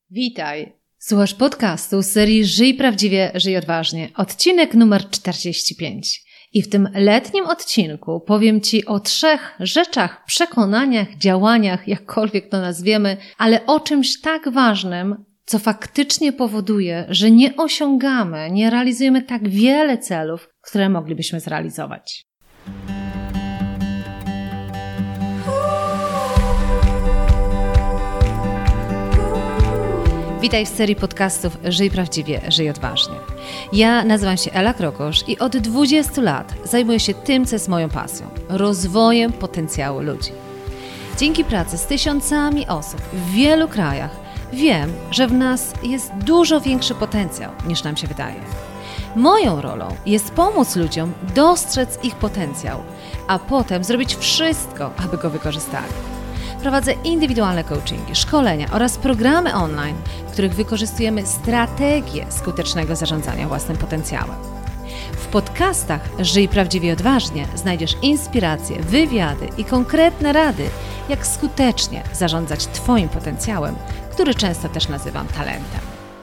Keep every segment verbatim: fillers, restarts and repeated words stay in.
Witaj! Słuchasz podcastu z serii Żyj Prawdziwie, Żyj Odważnie, odcinek numer czterdzieści pięć. I w tym letnim odcinku powiem Ci o trzech rzeczach, przekonaniach, działaniach, jakkolwiek to nazwiemy, ale o czymś tak ważnym, co faktycznie powoduje, że nie osiągamy, nie realizujemy tak wiele celów, które moglibyśmy zrealizować. Witaj w serii podcastów Żyj Prawdziwie, Żyj Odważnie. Ja nazywam się Ela Krokosz i od dwudziestu lat zajmuję się tym, co jest moją pasją – rozwojem potencjału ludzi. Dzięki pracy z tysiącami osób w wielu krajach wiem, że w nas jest dużo większy potencjał, niż nam się wydaje. Moją rolą jest pomóc ludziom dostrzec ich potencjał, a potem zrobić wszystko, aby go wykorzystali. Prowadzę indywidualne coachingi, szkolenia oraz programy online, w których wykorzystujemy strategię skutecznego zarządzania własnym potencjałem. W podcastach Żyj Prawdziwie Odważnie znajdziesz inspiracje, wywiady i konkretne rady, jak skutecznie zarządzać Twoim potencjałem, który często też nazywam talentem.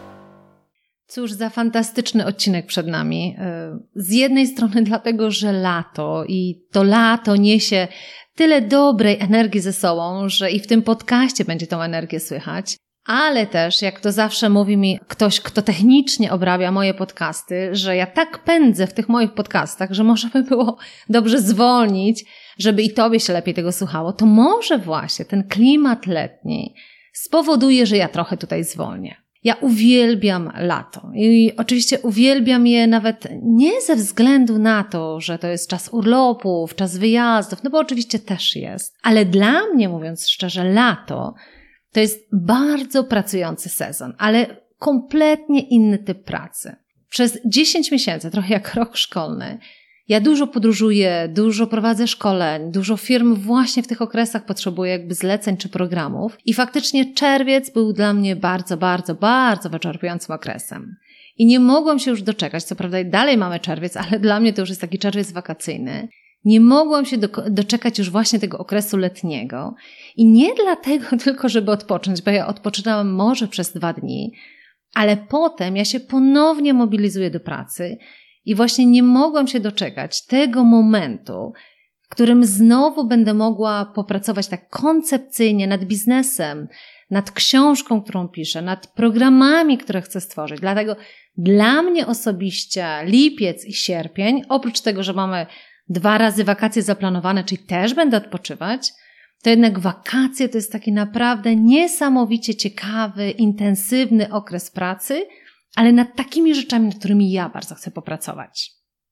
Cóż za fantastyczny odcinek przed nami. Z jednej strony dlatego, że lato i to lato niesie tyle dobrej energii ze sobą, że i w tym podcaście będzie tą energię słychać, ale też, jak to zawsze mówi mi ktoś, kto technicznie obrabia moje podcasty, że ja tak pędzę w tych moich podcastach, że może by było dobrze zwolnić, żeby i Tobie się lepiej tego słuchało, to może właśnie ten klimat letni spowoduje, że ja trochę tutaj zwolnię. Ja uwielbiam lato i oczywiście uwielbiam je nawet nie ze względu na to, że to jest czas urlopów, czas wyjazdów, no bo oczywiście też jest, ale dla mnie, mówiąc szczerze, lato to jest bardzo pracujący sezon, ale kompletnie inny typ pracy. Przez dziesięć miesięcy, trochę jak rok szkolny, ja dużo podróżuję, dużo prowadzę szkoleń, dużo firm właśnie w tych okresach potrzebuje jakby zleceń czy programów i faktycznie czerwiec był dla mnie bardzo, bardzo, bardzo wyczerpującym okresem. I nie mogłam się już doczekać, co prawda dalej mamy czerwiec, ale dla mnie to już jest taki czerwiec wakacyjny. Nie mogłam się do, doczekać już właśnie tego okresu letniego i nie dlatego tylko, żeby odpocząć, bo ja odpoczynałam może przez dwa dni, ale potem ja się ponownie mobilizuję do pracy. I właśnie nie mogłam się doczekać tego momentu, w którym znowu będę mogła popracować tak koncepcyjnie nad biznesem, nad książką, którą piszę, nad programami, które chcę stworzyć. Dlatego dla mnie osobiście lipiec i sierpień, oprócz tego, że mamy dwa razy wakacje zaplanowane, czyli też będę odpoczywać, to jednak wakacje to jest taki naprawdę niesamowicie ciekawy, intensywny okres pracy, ale nad takimi rzeczami, nad którymi ja bardzo chcę popracować.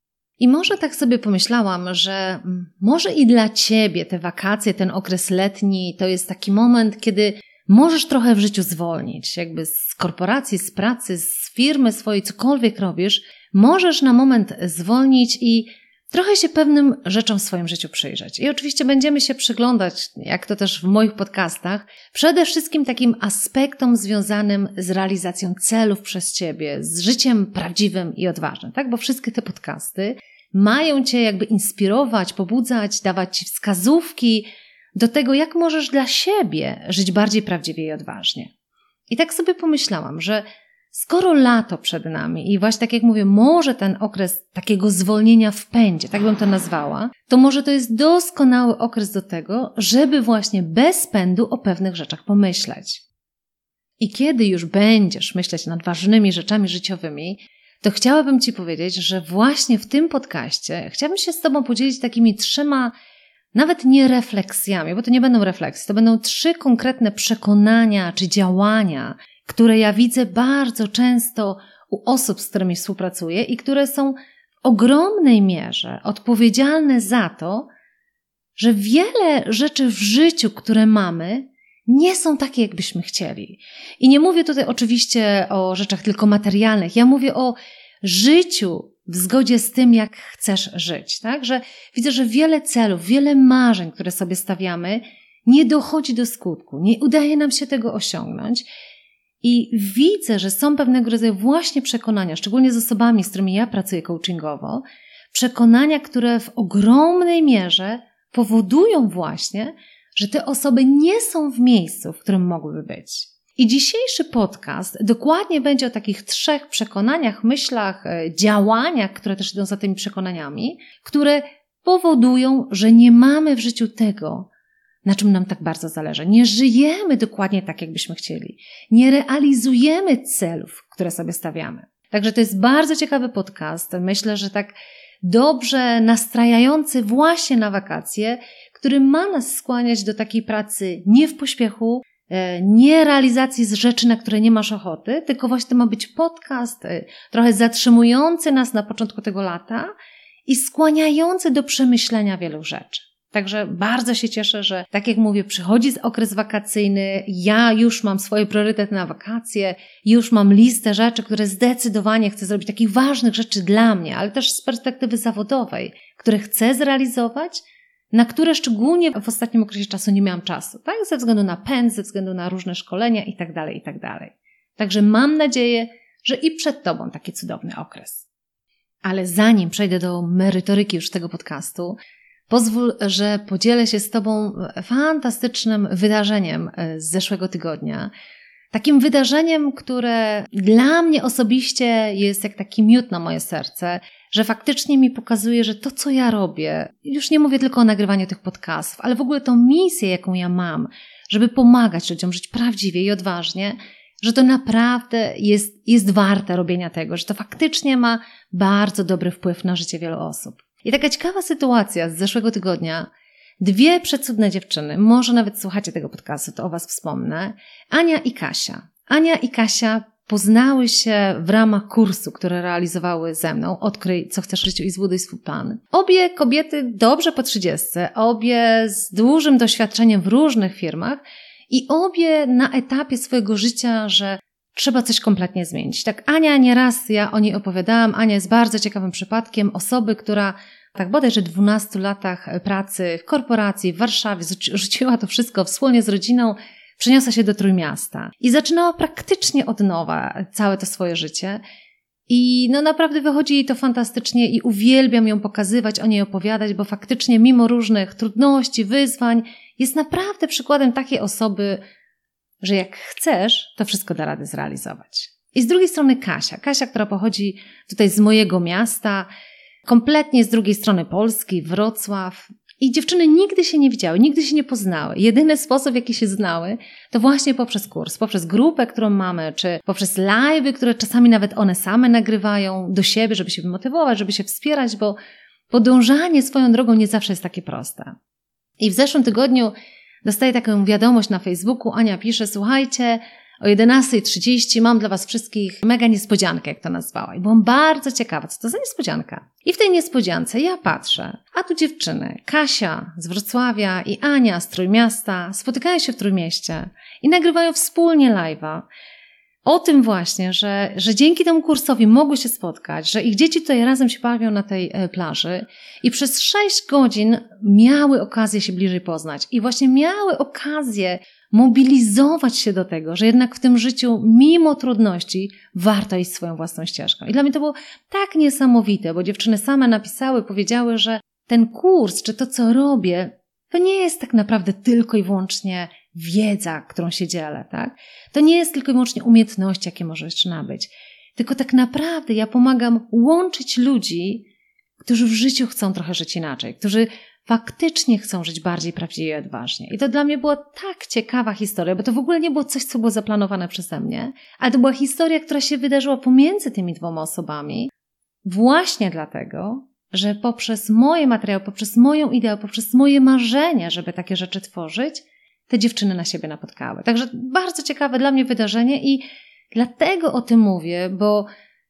I może tak sobie pomyślałam, że może i dla Ciebie te wakacje, ten okres letni to jest taki moment, kiedy możesz trochę w życiu zwolnić, jakby z korporacji, z pracy, z firmy swojej, cokolwiek robisz, możesz na moment zwolnić i trochę się pewnym rzeczom w swoim życiu przyjrzeć. I oczywiście będziemy się przyglądać, jak to też w moich podcastach, przede wszystkim takim aspektom związanym z realizacją celów przez Ciebie, z życiem prawdziwym i odważnym, tak? Bo wszystkie te podcasty mają Cię jakby inspirować, pobudzać, dawać Ci wskazówki do tego, jak możesz dla siebie żyć bardziej prawdziwie i odważnie. I tak sobie pomyślałam, że skoro lato przed nami i właśnie tak jak mówię, może ten okres takiego zwolnienia w pędzie, tak bym to nazwała, to może to jest doskonały okres do tego, żeby właśnie bez pędu o pewnych rzeczach pomyśleć. I kiedy już będziesz myśleć nad ważnymi rzeczami życiowymi, to chciałabym Ci powiedzieć, że właśnie w tym podcaście chciałabym się z Tobą podzielić takimi trzema, nawet nie refleksjami, bo to nie będą refleksje, to będą trzy konkretne przekonania czy działania, które ja widzę bardzo często u osób, z którymi współpracuję i które są w ogromnej mierze odpowiedzialne za to, że wiele rzeczy w życiu, które mamy, nie są takie, jakbyśmy chcieli. I nie mówię tutaj oczywiście o rzeczach tylko materialnych, ja mówię o życiu w zgodzie z tym, jak chcesz żyć. Tak? Że widzę, że wiele celów, wiele marzeń, które sobie stawiamy, nie dochodzi do skutku, nie udaje nam się tego osiągnąć. I widzę, że są pewnego rodzaju właśnie przekonania, szczególnie z osobami, z którymi ja pracuję coachingowo, przekonania, które w ogromnej mierze powodują właśnie, że te osoby nie są w miejscu, w którym mogłyby być. I dzisiejszy podcast dokładnie będzie o takich trzech przekonaniach, myślach, działaniach, które też idą za tymi przekonaniami, które powodują, że nie mamy w życiu tego, na czym nam tak bardzo zależy. Nie żyjemy dokładnie tak, jakbyśmy chcieli. Nie realizujemy celów, które sobie stawiamy. Także to jest bardzo ciekawy podcast. Myślę, że tak dobrze nastrajający właśnie na wakacje, który ma nas skłaniać do takiej pracy nie w pośpiechu, nie realizacji z rzeczy, na które nie masz ochoty, tylko właśnie to ma być podcast trochę zatrzymujący nas na początku tego lata i skłaniający do przemyślenia wielu rzeczy. Także bardzo się cieszę, że tak jak mówię, przychodzi okres wakacyjny, ja już mam swoje priorytety na wakacje, już mam listę rzeczy, które zdecydowanie chcę zrobić, takich ważnych rzeczy dla mnie, ale też z perspektywy zawodowej, które chcę zrealizować, na które szczególnie w ostatnim okresie czasu nie miałam czasu, tak? Ze względu na pęd, ze względu na różne szkolenia i tak dalej, i tak dalej. Także mam nadzieję, że i przed Tobą taki cudowny okres. Ale zanim przejdę do merytoryki już tego podcastu, pozwól, że podzielę się z Tobą fantastycznym wydarzeniem z zeszłego tygodnia. Takim wydarzeniem, które dla mnie osobiście jest jak taki miód na moje serce, że faktycznie mi pokazuje, że to, co ja robię, już nie mówię tylko o nagrywaniu tych podcastów, ale w ogóle tą misję, jaką ja mam, żeby pomagać ludziom żyć prawdziwie i odważnie, że to naprawdę jest, jest warte robienia tego, że to faktycznie ma bardzo dobry wpływ na życie wielu osób. I taka ciekawa sytuacja z zeszłego tygodnia. Dwie przecudne dziewczyny, może nawet słuchacie tego podcastu, to o Was wspomnę. Ania i Kasia. Ania i Kasia poznały się w ramach kursu, który realizowały ze mną. Odkryj, co chcesz w życiu i zbuduj swój plan. Obie kobiety dobrze po trzydziestce, obie z dużym doświadczeniem w różnych firmach i obie na etapie swojego życia, że trzeba coś kompletnie zmienić. Tak Ania, nieraz ja o niej opowiadałam. Ania jest bardzo ciekawym przypadkiem osoby, która tak bodajże dwunastu latach pracy w korporacji w Warszawie rzuciła to wszystko wspólnie z rodziną, przeniosła się do Trójmiasta i zaczynała praktycznie od nowa całe to swoje życie. I no naprawdę wychodzi jej to fantastycznie i uwielbiam ją pokazywać, o niej opowiadać, bo faktycznie mimo różnych trudności, wyzwań jest naprawdę przykładem takiej osoby, że jak chcesz, to wszystko da radę zrealizować. I z drugiej strony Kasia. Kasia, która pochodzi tutaj z mojego miasta, kompletnie z drugiej strony Polski, Wrocław. I dziewczyny nigdy się nie widziały, nigdy się nie poznały. Jedyny sposób, w jaki się znały, to właśnie poprzez kurs, poprzez grupę, którą mamy, czy poprzez live'y, które czasami nawet one same nagrywają do siebie, żeby się wymotywować, żeby się wspierać, bo podążanie swoją drogą nie zawsze jest takie proste. I w zeszłym tygodniu dostaję taką wiadomość na Facebooku, Ania pisze, słuchajcie, o jedenasta trzydzieści mam dla Was wszystkich mega niespodziankę, jak to nazwała. I byłam bardzo ciekawa, co to za niespodzianka. I w tej niespodziance ja patrzę, a tu dziewczyny, Kasia z Wrocławia i Ania z Trójmiasta spotykają się w Trójmieście i nagrywają wspólnie live'a o tym właśnie, że, że dzięki temu kursowi mogły się spotkać, że ich dzieci tutaj razem się bawią na tej plaży i przez sześć godzin miały okazję się bliżej poznać i właśnie miały okazję mobilizować się do tego, że jednak w tym życiu mimo trudności warto iść swoją własną ścieżką. I dla mnie to było tak niesamowite, bo dziewczyny same napisały, powiedziały, że ten kurs, czy to co robię, to nie jest tak naprawdę tylko i wyłącznie wiedza, którą się dzielę, tak? To nie jest tylko i wyłącznie umiejętności, jakie może jeszcze nabyć. Tylko tak naprawdę ja pomagam łączyć ludzi, którzy w życiu chcą trochę żyć inaczej, którzy faktycznie chcą żyć bardziej prawdziwie i odważnie. I to dla mnie była tak ciekawa historia, bo to w ogóle nie było coś, co było zaplanowane przeze mnie, ale to była historia, która się wydarzyła pomiędzy tymi dwoma osobami właśnie dlatego, że poprzez moje materiały, poprzez moją ideę, poprzez moje marzenia, żeby takie rzeczy tworzyć, te dziewczyny na siebie napotkały. Także bardzo ciekawe dla mnie wydarzenie i dlatego o tym mówię, bo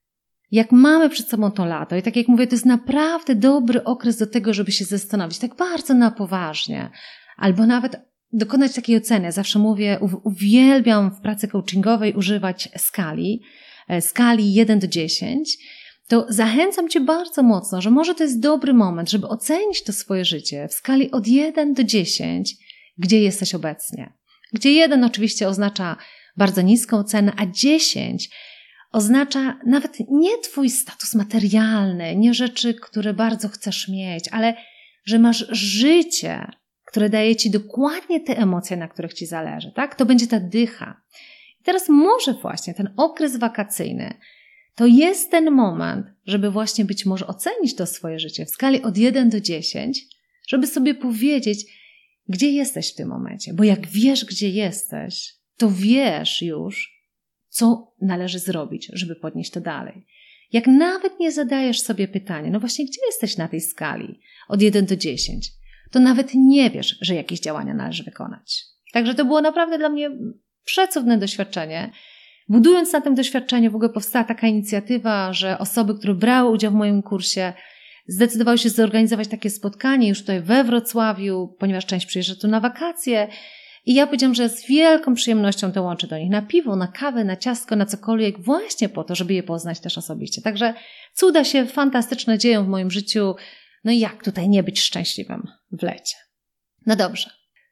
jak mamy przed sobą to lato i tak jak mówię, to jest naprawdę dobry okres do tego, żeby się zastanowić tak bardzo na poważnie, albo nawet dokonać takiej oceny. Ja zawsze mówię, uwielbiam w pracy coachingowej używać skali, skali jeden do dziesięciu, to zachęcam Cię bardzo mocno, że może to jest dobry moment, żeby ocenić to swoje życie w skali od jeden do dziesięciu, gdzie jesteś obecnie. Gdzie jeden oczywiście oznacza bardzo niską ocenę, a dziesięć oznacza nawet nie Twój status materialny, nie rzeczy, które bardzo chcesz mieć, ale że masz życie, które daje Ci dokładnie te emocje, na których Ci zależy, tak? To będzie ta dycha. I teraz może właśnie ten okres wakacyjny to jest ten moment, żeby właśnie być może ocenić to swoje życie w skali od jeden do dziesięciu, żeby sobie powiedzieć, gdzie jesteś w tym momencie. Bo jak wiesz, gdzie jesteś, to wiesz już, co należy zrobić, żeby podnieść to dalej. Jak nawet nie zadajesz sobie pytania, no właśnie gdzie jesteś na tej skali od jeden do dziesięciu, to nawet nie wiesz, że jakieś działania należy wykonać. Także to było naprawdę dla mnie przecudne doświadczenie. Budując na tym doświadczeniu w ogóle powstała taka inicjatywa, że osoby, które brały udział w moim kursie, zdecydowały się zorganizować takie spotkanie już tutaj we Wrocławiu, ponieważ część przyjeżdża tu na wakacje. I ja powiedziałam, że z wielką przyjemnością dołączę do nich na piwo, na kawę, na ciastko, na cokolwiek, właśnie po to, żeby je poznać też osobiście. Także cuda się fantastyczne dzieją w moim życiu. No i jak tutaj nie być szczęśliwym w lecie? No dobrze,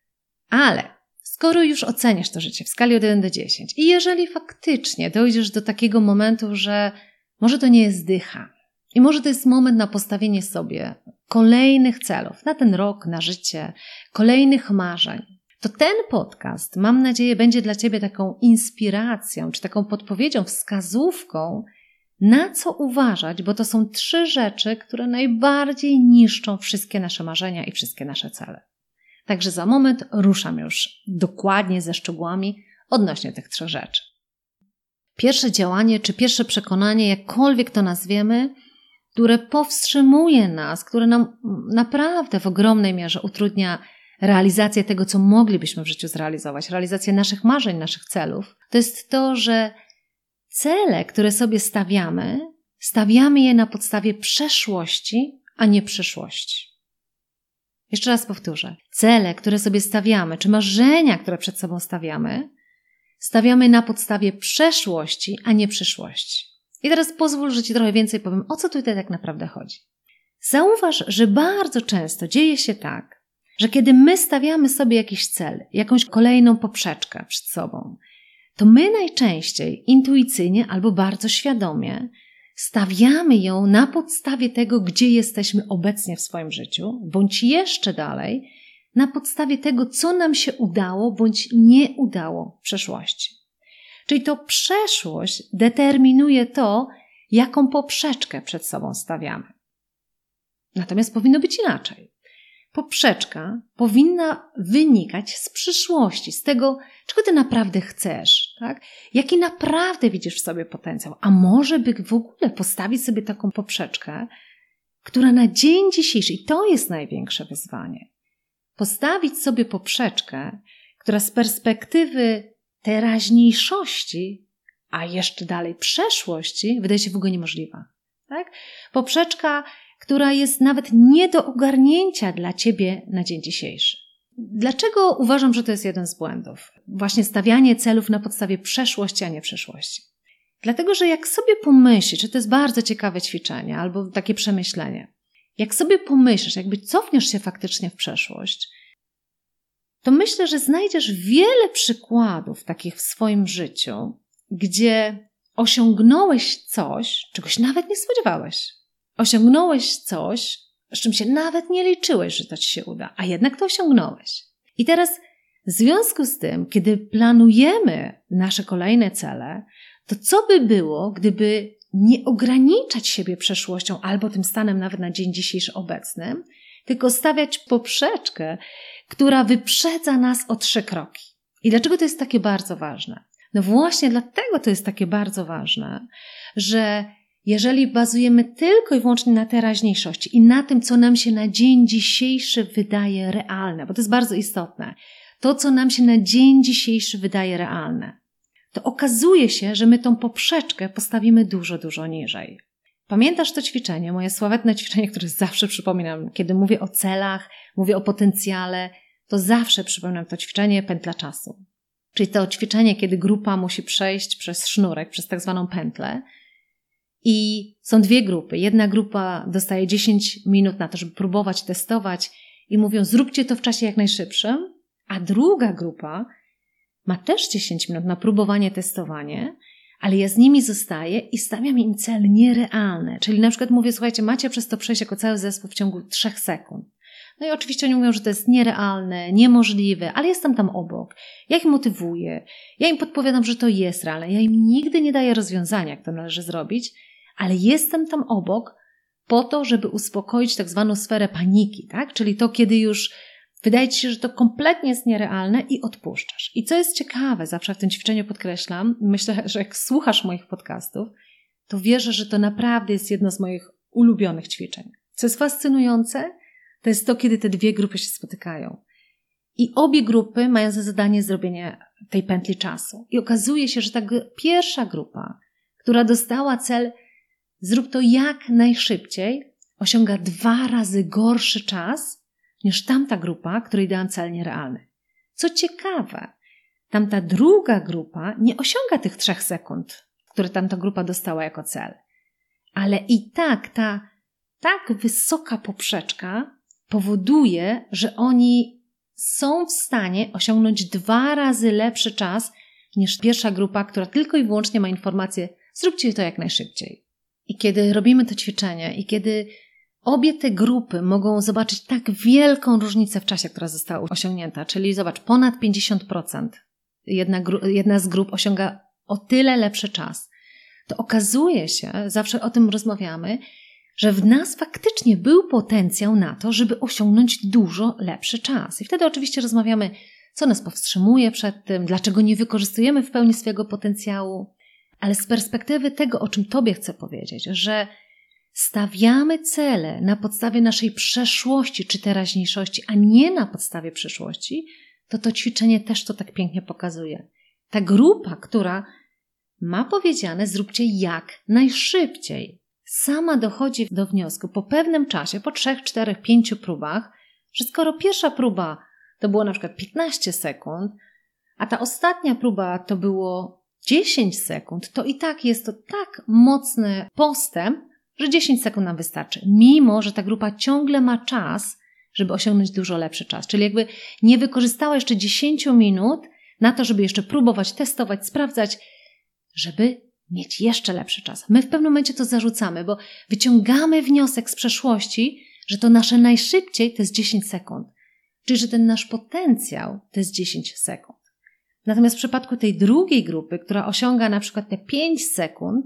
ale skoro już oceniasz to życie w skali od jeden do dziesięciu i jeżeli faktycznie dojdziesz do takiego momentu, że może to nie jest dycha i może to jest moment na postawienie sobie kolejnych celów na ten rok, na życie, kolejnych marzeń, to ten podcast, mam nadzieję, będzie dla Ciebie taką inspiracją, czy taką podpowiedzią, wskazówką, na co uważać, bo to są trzy rzeczy, które najbardziej niszczą wszystkie nasze marzenia i wszystkie nasze cele. Także za moment ruszam już dokładnie ze szczegółami odnośnie tych trzech rzeczy. Pierwsze działanie, czy pierwsze przekonanie, jakkolwiek to nazwiemy, które powstrzymuje nas, które nam naprawdę w ogromnej mierze utrudnia realizację tego, co moglibyśmy w życiu zrealizować, realizację naszych marzeń, naszych celów, to jest to, że cele, które sobie stawiamy, stawiamy je na podstawie przeszłości, a nie przyszłości. Jeszcze raz powtórzę. Cele, które sobie stawiamy, czy marzenia, które przed sobą stawiamy, stawiamy na podstawie przeszłości, a nie przyszłości. I teraz pozwól, że Ci trochę więcej powiem, o co tutaj tak naprawdę chodzi. Zauważ, że bardzo często dzieje się tak, że kiedy my stawiamy sobie jakiś cel, jakąś kolejną poprzeczkę przed sobą, to my najczęściej intuicyjnie albo bardzo świadomie stawiamy ją na podstawie tego, gdzie jesteśmy obecnie w swoim życiu, bądź jeszcze dalej, na podstawie tego, co nam się udało bądź nie udało w przeszłości. Czyli to przeszłość determinuje to, jaką poprzeczkę przed sobą stawiamy. Natomiast powinno być inaczej. Poprzeczka powinna wynikać z przyszłości, z tego, czego Ty naprawdę chcesz, tak? Jaki naprawdę widzisz w sobie potencjał. A może by w ogóle postawić sobie taką poprzeczkę, która na dzień dzisiejszy, i to jest największe wyzwanie, postawić sobie poprzeczkę, która z perspektywy teraźniejszości, a jeszcze dalej przeszłości, wydaje się w ogóle niemożliwa. Tak? Poprzeczka, która jest nawet nie do ogarnięcia dla Ciebie na dzień dzisiejszy. Dlaczego uważam, że to jest jeden z błędów? Właśnie stawianie celów na podstawie przeszłości, a nie przyszłości. Dlatego, że jak sobie pomyślisz, że to jest bardzo ciekawe ćwiczenie albo takie przemyślenie, jak sobie pomyślisz, jakby cofniesz się faktycznie w przeszłość, to myślę, że znajdziesz wiele przykładów takich w swoim życiu, gdzie osiągnąłeś coś, czegoś nawet nie spodziewałeś. Osiągnąłeś coś, z czym się nawet nie liczyłeś, że to Ci się uda, a jednak to osiągnąłeś. I teraz w związku z tym, kiedy planujemy nasze kolejne cele, to co by było, gdyby nie ograniczać siebie przeszłością albo tym stanem nawet na dzień dzisiejszy obecnym, tylko stawiać poprzeczkę, która wyprzedza nas o trzy kroki. I dlaczego to jest takie bardzo ważne? No właśnie dlatego to jest takie bardzo ważne, że jeżeli bazujemy tylko i wyłącznie na teraźniejszości i na tym, co nam się na dzień dzisiejszy wydaje realne, bo to jest bardzo istotne, to, co nam się na dzień dzisiejszy wydaje realne, to okazuje się, że my tą poprzeczkę postawimy dużo, dużo niżej. Pamiętasz to ćwiczenie, moje sławetne ćwiczenie, które zawsze przypominam, kiedy mówię o celach, mówię o potencjale, to zawsze przypominam to ćwiczenie pętla czasu. Czyli to ćwiczenie, kiedy grupa musi przejść przez sznurek, przez tak zwaną pętlę i są dwie grupy. Jedna grupa dostaje dziesięć minut na to, żeby próbować, testować i mówią, zróbcie to w czasie jak najszybszym, a druga grupa ma też dziesięć minut na próbowanie, testowanie, ale ja z nimi zostaję i stawiam im cel nierealny. Czyli na przykład mówię, słuchajcie, macie przez to przejść jako cały zespół w ciągu trzech sekund. No i oczywiście oni mówią, że to jest nierealne, niemożliwe, ale jestem tam obok. Ja ich motywuję, ja im podpowiadam, że to jest realne. Ja im nigdy nie daję rozwiązania, jak to należy zrobić, ale jestem tam obok po to, żeby uspokoić tak zwaną sferę paniki, tak? Czyli to, kiedy już wydaje ci się, że to kompletnie jest nierealne i odpuszczasz. I co jest ciekawe, zawsze w tym ćwiczeniu podkreślam, myślę, że jak słuchasz moich podcastów, to wierzę, że to naprawdę jest jedno z moich ulubionych ćwiczeń. Co jest fascynujące, to jest to, kiedy te dwie grupy się spotykają. I obie grupy mają za zadanie zrobienie tej pętli czasu. I okazuje się, że ta pierwsza grupa, która dostała cel zrób to jak najszybciej, osiąga dwa razy gorszy czas niż tamta grupa, której dałam cel nierealny. Co ciekawe, tamta druga grupa nie osiąga tych trzech sekund, które tamta grupa dostała jako cel. Ale i tak ta tak wysoka poprzeczka powoduje, że oni są w stanie osiągnąć dwa razy lepszy czas niż pierwsza grupa, która tylko i wyłącznie ma informację, zróbcie to jak najszybciej. I kiedy robimy to ćwiczenie i kiedy obie te grupy mogą zobaczyć tak wielką różnicę w czasie, która została osiągnięta, czyli zobacz, ponad pięćdziesiąt procent jedna, gru- jedna z grup osiąga o tyle lepszy czas, to okazuje się, zawsze o tym rozmawiamy, że w nas faktycznie był potencjał na to, żeby osiągnąć dużo lepszy czas. I wtedy oczywiście rozmawiamy, co nas powstrzymuje przed tym, dlaczego nie wykorzystujemy w pełni swojego potencjału, ale z perspektywy tego, o czym Tobie chcę powiedzieć, że stawiamy cele na podstawie naszej przeszłości czy teraźniejszości, a nie na podstawie przyszłości, to to ćwiczenie też to tak pięknie pokazuje. Ta grupa, która ma powiedziane, zróbcie jak najszybciej, sama dochodzi do wniosku po pewnym czasie, po trzech, czterech, pięciu próbach, że skoro pierwsza próba to było na przykład piętnaście sekund, a ta ostatnia próba to było dziesięć sekund, to i tak jest to tak mocny postęp, że dziesięć sekund nam wystarczy, mimo że ta grupa ciągle ma czas, żeby osiągnąć dużo lepszy czas. Czyli jakby nie wykorzystała jeszcze dziesięć minut na to, żeby jeszcze próbować, testować, sprawdzać, żeby mieć jeszcze lepszy czas. My w pewnym momencie to zarzucamy, bo wyciągamy wniosek z przeszłości, że to nasze najszybciej to jest dziesięć sekund. Czyli, że ten nasz potencjał to jest dziesięć sekund. Natomiast w przypadku tej drugiej grupy, która osiąga na przykład te pięć sekund,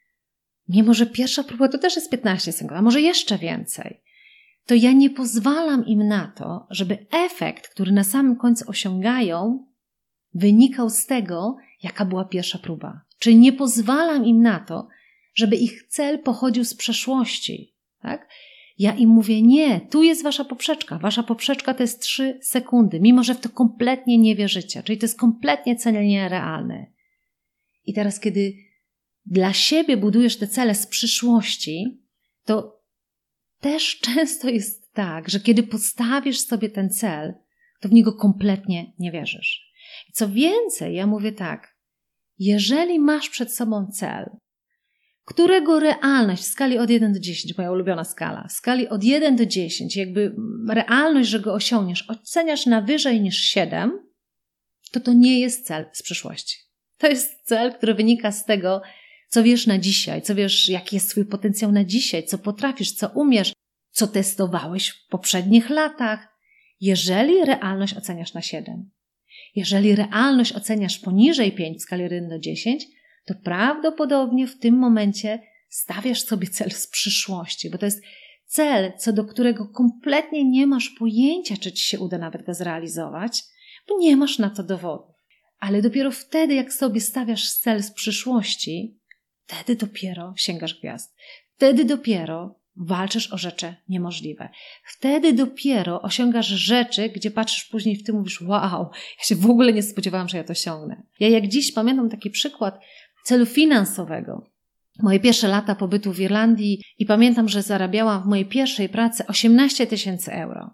mimo że pierwsza próba to też jest piętnaście sekund, a może jeszcze więcej, to ja nie pozwalam im na to, żeby efekt, który na samym końcu osiągają, wynikał z tego, jaka była pierwsza próba. Czyli nie pozwalam im na to, żeby ich cel pochodził z przeszłości. Tak? Ja im mówię, nie, tu jest wasza poprzeczka. Wasza poprzeczka to jest trzy sekundy, mimo że w to kompletnie nie wierzycie. Czyli to jest kompletnie cel nierealny. I teraz, kiedy dla siebie budujesz te cele z przyszłości, to też często jest tak, że kiedy postawisz sobie ten cel, to w niego kompletnie nie wierzysz. I co więcej, ja mówię tak, jeżeli masz przed sobą cel, którego realność w skali od jeden do dziesięciu, moja ulubiona skala, w skali od jeden do dziesięciu, jakby realność, że go osiągniesz, oceniasz na wyżej niż siedem, to to nie jest cel z przyszłości. To jest cel, który wynika z tego, co wiesz na dzisiaj, co wiesz, jaki jest twój potencjał na dzisiaj, co potrafisz, co umiesz, co testowałeś w poprzednich latach. Jeżeli realność oceniasz na siedem, jeżeli realność oceniasz poniżej pięć w skali od jeden do dziesięciu, to prawdopodobnie w tym momencie stawiasz sobie cel z przyszłości, bo to jest cel, co do którego kompletnie nie masz pojęcia, czy ci się uda nawet go zrealizować, bo nie masz na to dowodów. Ale dopiero wtedy, jak sobie stawiasz cel z przyszłości, wtedy dopiero sięgasz gwiazd. Wtedy dopiero walczysz o rzeczy niemożliwe. Wtedy dopiero osiągasz rzeczy, gdzie patrzysz później w tym i mówisz, wow, ja się w ogóle nie spodziewałam, że ja to osiągnę. Ja jak dziś pamiętam taki przykład celu finansowego. Moje pierwsze lata pobytu w Irlandii i pamiętam, że zarabiałam w mojej pierwszej pracy osiemnaście tysięcy euro.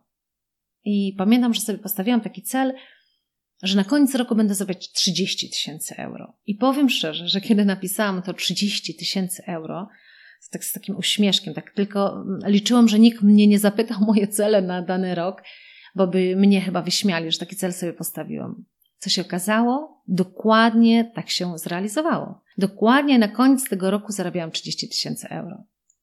I pamiętam, że sobie postawiłam taki cel, że na koniec roku będę zarabiać trzydzieści tysięcy euro. I powiem szczerze, że kiedy napisałam to trzydzieści tysięcy euro, tak z takim uśmieszkiem, tak tylko liczyłam, że nikt mnie nie zapytał o moje cele na dany rok, bo by mnie chyba wyśmiali, że taki cel sobie postawiłam. Co się okazało? Dokładnie tak się zrealizowało. Dokładnie na koniec tego roku zarabiałam trzydzieści tysięcy euro.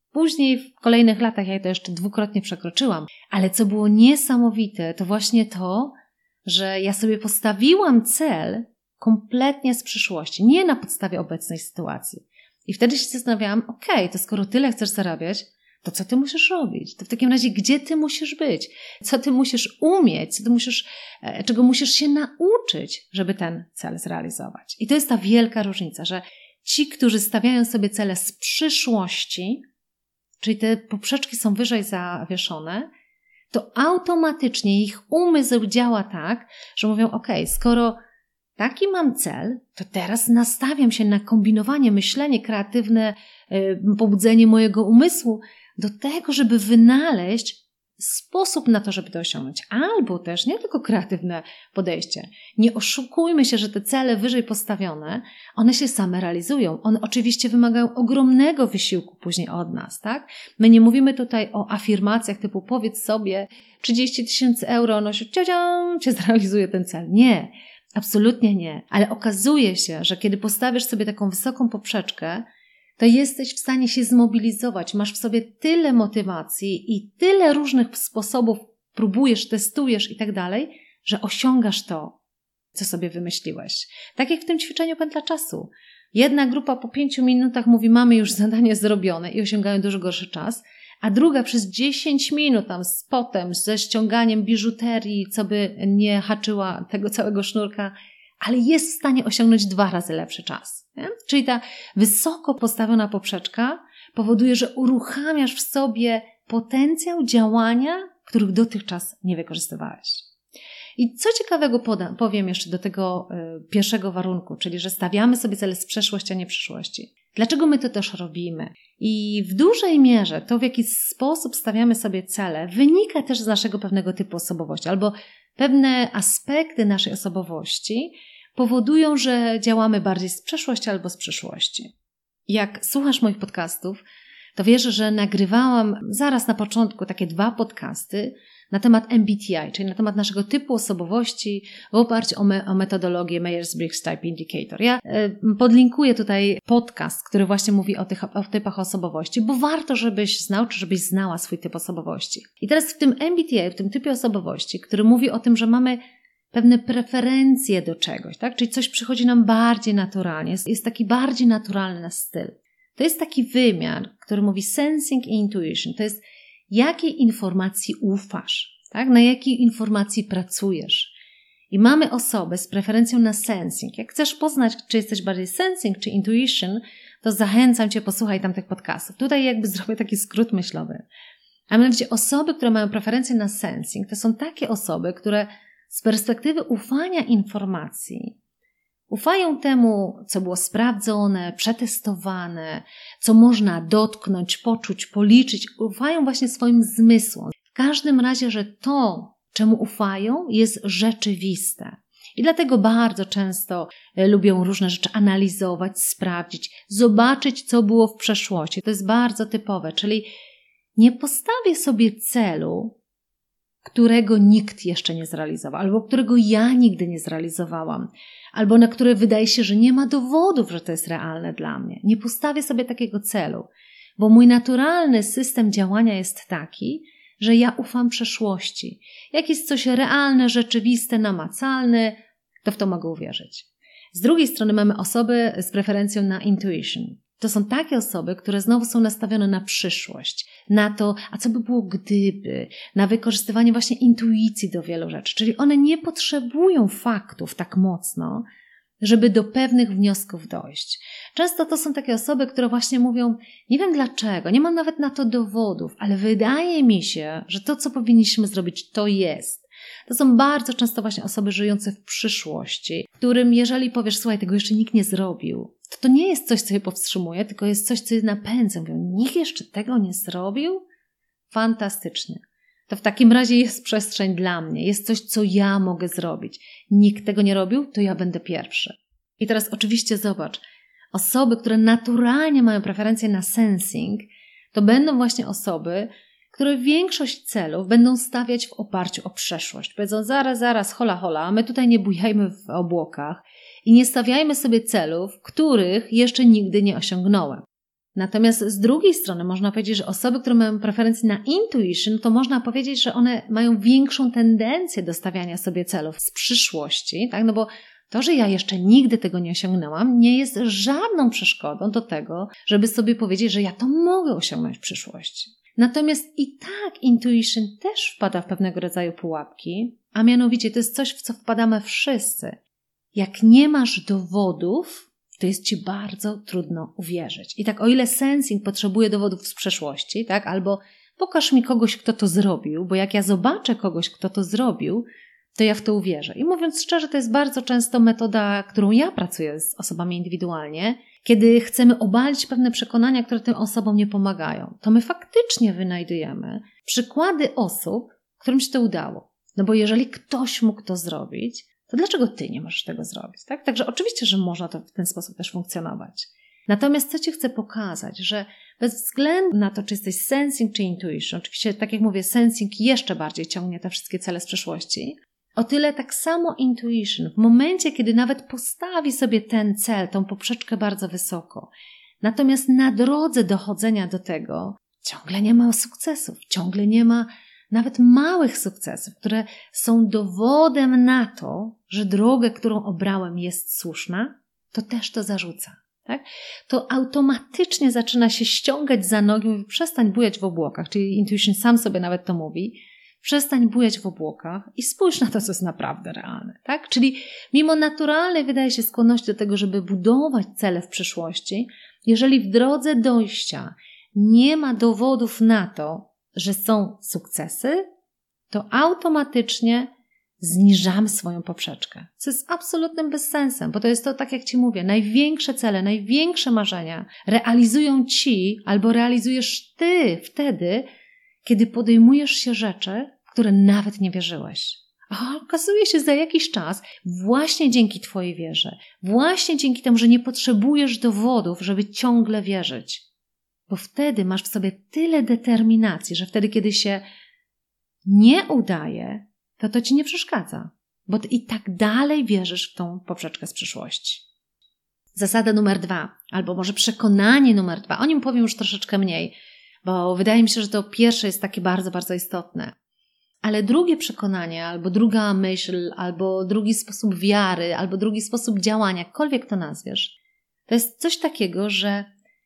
Później w kolejnych latach ja to jeszcze dwukrotnie przekroczyłam, ale co było niesamowite, to właśnie to, że ja sobie postawiłam cel kompletnie z przyszłości, nie na podstawie obecnej sytuacji. I wtedy się zastanawiałam, okej, okay, to skoro tyle chcesz zarabiać, to co ty musisz robić? To w takim razie gdzie ty musisz być? Co ty musisz umieć? Co ty musisz, czego musisz się nauczyć, żeby ten cel zrealizować? I to jest ta wielka różnica, że ci, którzy stawiają sobie cele z przyszłości, czyli te poprzeczki są wyżej zawieszone, to automatycznie ich umysł działa tak, że mówią, ok, skoro taki mam cel, to teraz nastawiam się na kombinowanie, myślenie kreatywne, pobudzenie mojego umysłu do tego, żeby wynaleźć sposób na to, żeby to osiągnąć. Albo też nie tylko kreatywne podejście. Nie oszukujmy się, że te cele wyżej postawione, one się same realizują. One oczywiście wymagają ogromnego wysiłku później od nas, tak? My nie mówimy tutaj o afirmacjach typu powiedz sobie trzydzieści tysięcy euro, no się cię zrealizuje ten cel. Nie, absolutnie nie. Ale okazuje się, że kiedy postawisz sobie taką wysoką poprzeczkę, to jesteś w stanie się zmobilizować. Masz w sobie tyle motywacji i tyle różnych sposobów próbujesz, testujesz i tak dalej, że osiągasz to, co sobie wymyśliłeś. Tak jak w tym ćwiczeniu pętla czasu. Jedna grupa po pięciu minutach mówi, mamy już zadanie zrobione i osiągają dużo gorszy czas, a druga przez dziesięć minut tam z potem, ze ściąganiem biżuterii, co by nie haczyła tego całego sznurka, ale jest w stanie osiągnąć dwa razy lepszy czas. Nie? Czyli ta wysoko postawiona poprzeczka powoduje, że uruchamiasz w sobie potencjał działania, których dotychczas nie wykorzystywałeś. I co ciekawego podam, powiem jeszcze do tego y, pierwszego warunku, czyli że stawiamy sobie cele z przeszłości, a nie przyszłości. Dlaczego my to też robimy? I w dużej mierze to, w jaki sposób stawiamy sobie cele, wynika też z naszego pewnego typu osobowości, albo pewne aspekty naszej osobowości powodują, że działamy bardziej z przeszłości albo z przyszłości. Jak słuchasz moich podcastów, to wiesz, że nagrywałam zaraz na początku takie dwa podcasty na temat M B T I, czyli na temat naszego typu osobowości w oparciu o, me- o metodologię Myers-Briggs Type Indicator. Ja y, podlinkuję tutaj podcast, który właśnie mówi o tych o typach osobowości, bo warto, żebyś znał, czy żebyś znała swój typ osobowości. I teraz w tym M B T I, w tym typie osobowości, który mówi o tym, że mamy pewne preferencje do czegoś, tak? Czyli coś przychodzi nam bardziej naturalnie, jest, jest taki bardziej naturalny nasz styl. To jest taki wymiar, który mówi sensing i intuition. To jest jakiej informacji ufasz, tak? Na jakiej informacji pracujesz. I mamy osobę z preferencją na sensing. Jak chcesz poznać, czy jesteś bardziej sensing czy intuition, to zachęcam Cię, posłuchaj tamtych podcastów. Tutaj jakby zrobię taki skrót myślowy. A mianowicie osoby, które mają preferencję na sensing, to są takie osoby, które z perspektywy ufania informacji ufają temu, co było sprawdzone, przetestowane, co można dotknąć, poczuć, policzyć. Ufają właśnie swoim zmysłom. W każdym razie, że to, czemu ufają, jest rzeczywiste. I dlatego bardzo często lubią różne rzeczy analizować, sprawdzić, zobaczyć, co było w przeszłości. To jest bardzo typowe, czyli nie postawię sobie celu, którego nikt jeszcze nie zrealizował, albo którego ja nigdy nie zrealizowałam, albo na które wydaje się, że nie ma dowodów, że to jest realne dla mnie. Nie postawię sobie takiego celu, bo mój naturalny system działania jest taki, że ja ufam przeszłości. Jak jest coś realne, rzeczywiste, namacalne, to w to mogę uwierzyć. Z drugiej strony mamy osoby z preferencją na intuition. To są takie osoby, które znowu są nastawione na przyszłość, na to, a co by było gdyby, na wykorzystywanie właśnie intuicji do wielu rzeczy. Czyli one nie potrzebują faktów tak mocno, żeby do pewnych wniosków dojść. Często to są takie osoby, które właśnie mówią, nie wiem dlaczego, nie mam nawet na to dowodów, ale wydaje mi się, że to, co powinniśmy zrobić, to jest. To są bardzo często właśnie osoby żyjące w przyszłości, którym jeżeli powiesz, słuchaj, tego jeszcze nikt nie zrobił, to to nie jest coś, co je powstrzymuje, tylko jest coś, co je napędza. Mówią, nikt jeszcze tego nie zrobił? Fantastycznie. To w takim razie jest przestrzeń dla mnie, jest coś, co ja mogę zrobić. Nikt tego nie robił, to ja będę pierwszy. I teraz oczywiście zobacz, osoby, które naturalnie mają preferencję na sensing, to będą właśnie osoby, które większość celów będą stawiać w oparciu o przeszłość. Powiedzą, zaraz, zaraz, hola, hola, my tutaj nie bujajmy w obłokach i nie stawiajmy sobie celów, których jeszcze nigdy nie osiągnąłem. Natomiast z drugiej strony można powiedzieć, że osoby, które mają preferencję na intuition, to można powiedzieć, że one mają większą tendencję do stawiania sobie celów z przyszłości, tak? No bo to, że ja jeszcze nigdy tego nie osiągnęłam, nie jest żadną przeszkodą do tego, żeby sobie powiedzieć, że ja to mogę osiągnąć w przyszłości. Natomiast i tak intuition też wpada w pewnego rodzaju pułapki, a mianowicie to jest coś, w co wpadamy wszyscy. Jak nie masz dowodów, to jest ci bardzo trudno uwierzyć. I tak o ile sensing potrzebuje dowodów z przeszłości, tak, albo pokaż mi kogoś, kto to zrobił, bo jak ja zobaczę kogoś, kto to zrobił, to ja w to uwierzę. I mówiąc szczerze, to jest bardzo często metoda, którą ja pracuję z osobami indywidualnie, kiedy chcemy obalić pewne przekonania, które tym osobom nie pomagają. To my faktycznie wynajdujemy przykłady osób, którym się to udało. No bo jeżeli ktoś mógł to zrobić, to dlaczego ty nie możesz tego zrobić? Tak? Także oczywiście, że można to w ten sposób też funkcjonować. Natomiast co ci chcę pokazać, że bez względu na to, czy jesteś sensing czy intuition, oczywiście tak jak mówię, sensing jeszcze bardziej ciągnie te wszystkie cele z przeszłości, o tyle tak samo intuition, w momencie, kiedy nawet postawi sobie ten cel, tą poprzeczkę bardzo wysoko, natomiast na drodze dochodzenia do tego ciągle nie ma sukcesów, ciągle nie ma nawet małych sukcesów, które są dowodem na to, że drogę, którą obrałem, jest słuszna, to też to zarzuca. Tak? To automatycznie zaczyna się ściągać za nogi, mówi, przestań bujać w obłokach, czyli intuition sam sobie nawet to mówi, przestań bujać w obłokach i spójrz na to, co jest naprawdę realne. Tak? Czyli mimo naturalnej, wydaje się, skłonności do tego, żeby budować cele w przyszłości, jeżeli w drodze dojścia nie ma dowodów na to, że są sukcesy, to automatycznie zniżamy swoją poprzeczkę. Co jest absolutnym bezsensem, bo to jest to, tak jak ci mówię, największe cele, największe marzenia realizują ci albo realizujesz ty wtedy, kiedy podejmujesz się rzeczy, w które nawet nie wierzyłeś. A okazuje się za jakiś czas, właśnie dzięki twojej wierze, właśnie dzięki temu, że nie potrzebujesz dowodów, żeby ciągle wierzyć. Bo wtedy masz w sobie tyle determinacji, że wtedy, kiedy się nie udaje, to to ci nie przeszkadza. Bo ty i tak dalej wierzysz w tą poprzeczkę z przyszłości. Zasada numer dwa, albo może przekonanie numer dwa. O nim powiem już troszeczkę mniej, bo wydaje mi się, że to pierwsze jest takie bardzo, bardzo istotne. Ale drugie przekonanie, albo druga myśl, albo drugi sposób wiary, albo drugi sposób działania, jakkolwiek to nazwiesz, to jest coś takiego, że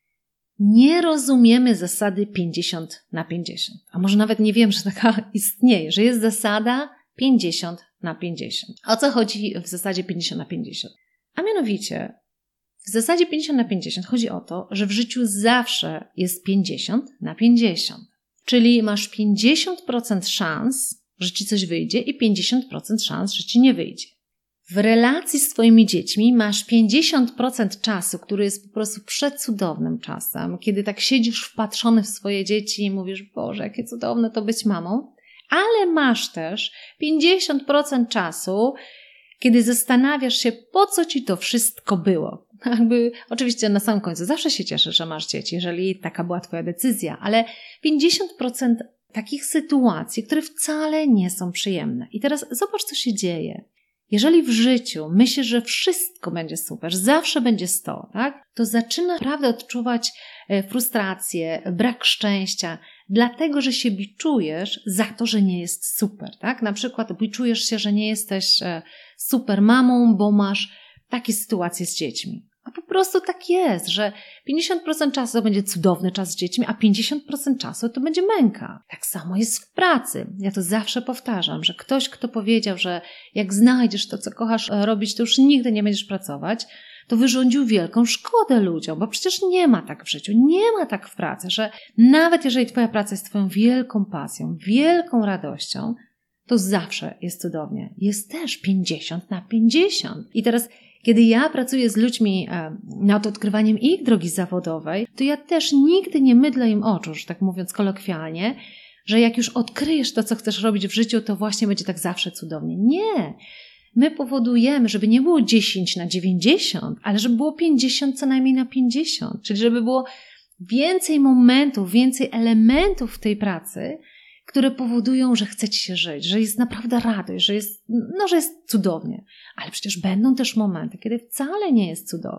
nie rozumiemy zasady pięćdziesiąt na pięćdziesiąt. A może nawet nie wiem, że taka istnieje, że jest zasada pięćdziesiąt na pięćdziesiąt. O co chodzi w zasadzie pięćdziesiąt na pięćdziesiąt? A mianowicie w zasadzie pięćdziesiąt na pięćdziesiąt chodzi o to, że w życiu zawsze jest pięćdziesiąt na pięćdziesiąt. Czyli masz pięćdziesiąt procent szans, że ci coś wyjdzie i pięćdziesiąt procent szans, że ci nie wyjdzie. W relacji z twoimi dziećmi masz pięćdziesiąt procent czasu, który jest po prostu przecudownym czasem, kiedy tak siedzisz wpatrzony w swoje dzieci i mówisz, Boże, jakie cudowne to być mamą, ale masz też pięćdziesiąt procent czasu, kiedy zastanawiasz się, po co ci to wszystko było. Jakby, oczywiście na samym końcu zawsze się cieszysz, że masz dzieci, jeżeli taka była twoja decyzja, ale pięćdziesiąt procent takich sytuacji, które wcale nie są przyjemne. I teraz zobacz, co się dzieje. Jeżeli w życiu myślisz, że wszystko będzie super, że zawsze będzie sto, tak, to zaczynasz naprawdę odczuwać frustrację, brak szczęścia, dlatego, że się biczujesz za to, że nie jest super. Tak? Na przykład biczujesz się, że nie jesteś super mamą, bo masz takie sytuacje z dziećmi. A po prostu tak jest, że pięćdziesiąt procent czasu to będzie cudowny czas z dziećmi, a pięćdziesiąt procent czasu to będzie męka. Tak samo jest w pracy. Ja to zawsze powtarzam, że ktoś, kto powiedział, że jak znajdziesz to, co kochasz robić, to już nigdy nie będziesz pracować, to wyrządził wielką szkodę ludziom, bo przecież nie ma tak w życiu, nie ma tak w pracy, że nawet jeżeli twoja praca jest twoją wielką pasją, wielką radością, to zawsze jest cudownie. Jest też pięćdziesiąt na pięćdziesiąt. I teraz kiedy ja pracuję z ludźmi nad odkrywaniem ich drogi zawodowej, to ja też nigdy nie mydlę im oczu, że tak mówiąc kolokwialnie, że jak już odkryjesz to, co chcesz robić w życiu, to właśnie będzie tak zawsze cudownie. Nie! My powodujemy, żeby nie było dziesięć na dziewięćdziesiąt, ale żeby było pięćdziesiąt co najmniej na pięćdziesiąt. Czyli żeby było więcej momentów, więcej elementów w tej pracy, które powodują, że chce ci się żyć, że jest naprawdę radość, że jest, no, że jest cudownie. Ale przecież będą też momenty, kiedy wcale nie jest cudownie.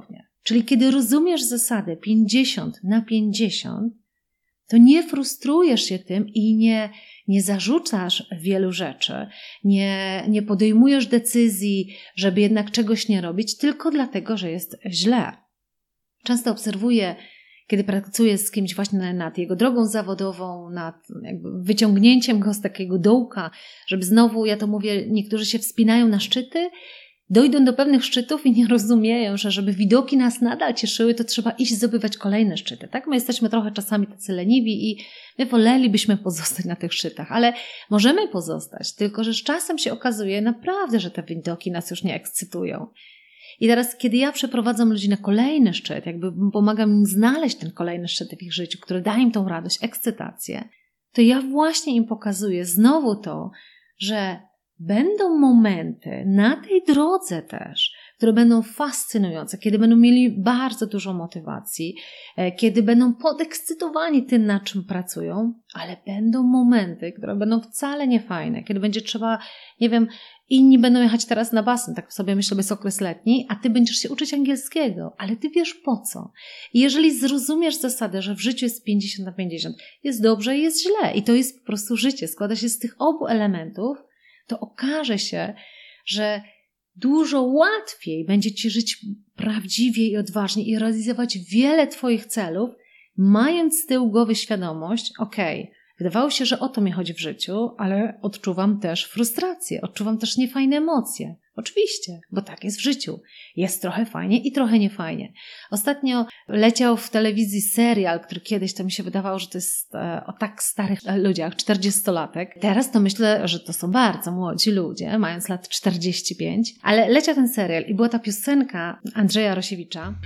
Czyli kiedy rozumiesz zasadę pięćdziesiąt na pięćdziesiąt, to nie frustrujesz się tym i nie, nie zarzucasz wielu rzeczy, nie, nie podejmujesz decyzji, żeby jednak czegoś nie robić, tylko dlatego, że jest źle. Często obserwuję, kiedy pracuję z kimś właśnie nad jego drogą zawodową, nad jakby wyciągnięciem go z takiego dołka, żeby znowu, ja to mówię, niektórzy się wspinają na szczyty, dojdą do pewnych szczytów i nie rozumieją, że żeby widoki nas nadal cieszyły, to trzeba iść zdobywać kolejne szczyty. Tak? My jesteśmy trochę czasami tacy leniwi i my wolelibyśmy pozostać na tych szczytach, ale możemy pozostać, tylko że z czasem się okazuje naprawdę, że te widoki nas już nie ekscytują. I teraz, kiedy ja przeprowadzam ludzi na kolejny szczyt, jakby pomagam im znaleźć ten kolejny szczyt w ich życiu, który da im tą radość, ekscytację, to ja właśnie im pokazuję znowu to, że będą momenty na tej drodze też, które będą fascynujące, kiedy będą mieli bardzo dużo motywacji, kiedy będą podekscytowani tym, na czym pracują, ale będą momenty, które będą wcale niefajne, kiedy będzie trzeba, nie wiem, inni będą jechać teraz na basen, tak sobie myślę, jest okres letni, a ty będziesz się uczyć angielskiego, ale ty wiesz po co. I jeżeli zrozumiesz zasadę, że w życiu jest pięćdziesiąt na pięćdziesiąt, jest dobrze i jest źle i to jest po prostu życie, składa się z tych obu elementów, to okaże się, że dużo łatwiej będzie ci żyć prawdziwie i odważnie i realizować wiele twoich celów, mając z tyłu głowy świadomość, okej, okay, wydawało się, że o to mi chodzi w życiu, ale odczuwam też frustrację, odczuwam też niefajne emocje. Oczywiście, bo tak jest w życiu. Jest trochę fajnie i trochę niefajnie. Ostatnio leciał w telewizji serial, który kiedyś to mi się wydawało, że to jest e, o tak starych ludziach, czterdziestolatek. Teraz to myślę, że to są bardzo młodzi ludzie, mając lat czterdzieści pięć. Ale leciał ten serial i była ta piosenka Andrzeja Rosiewicza.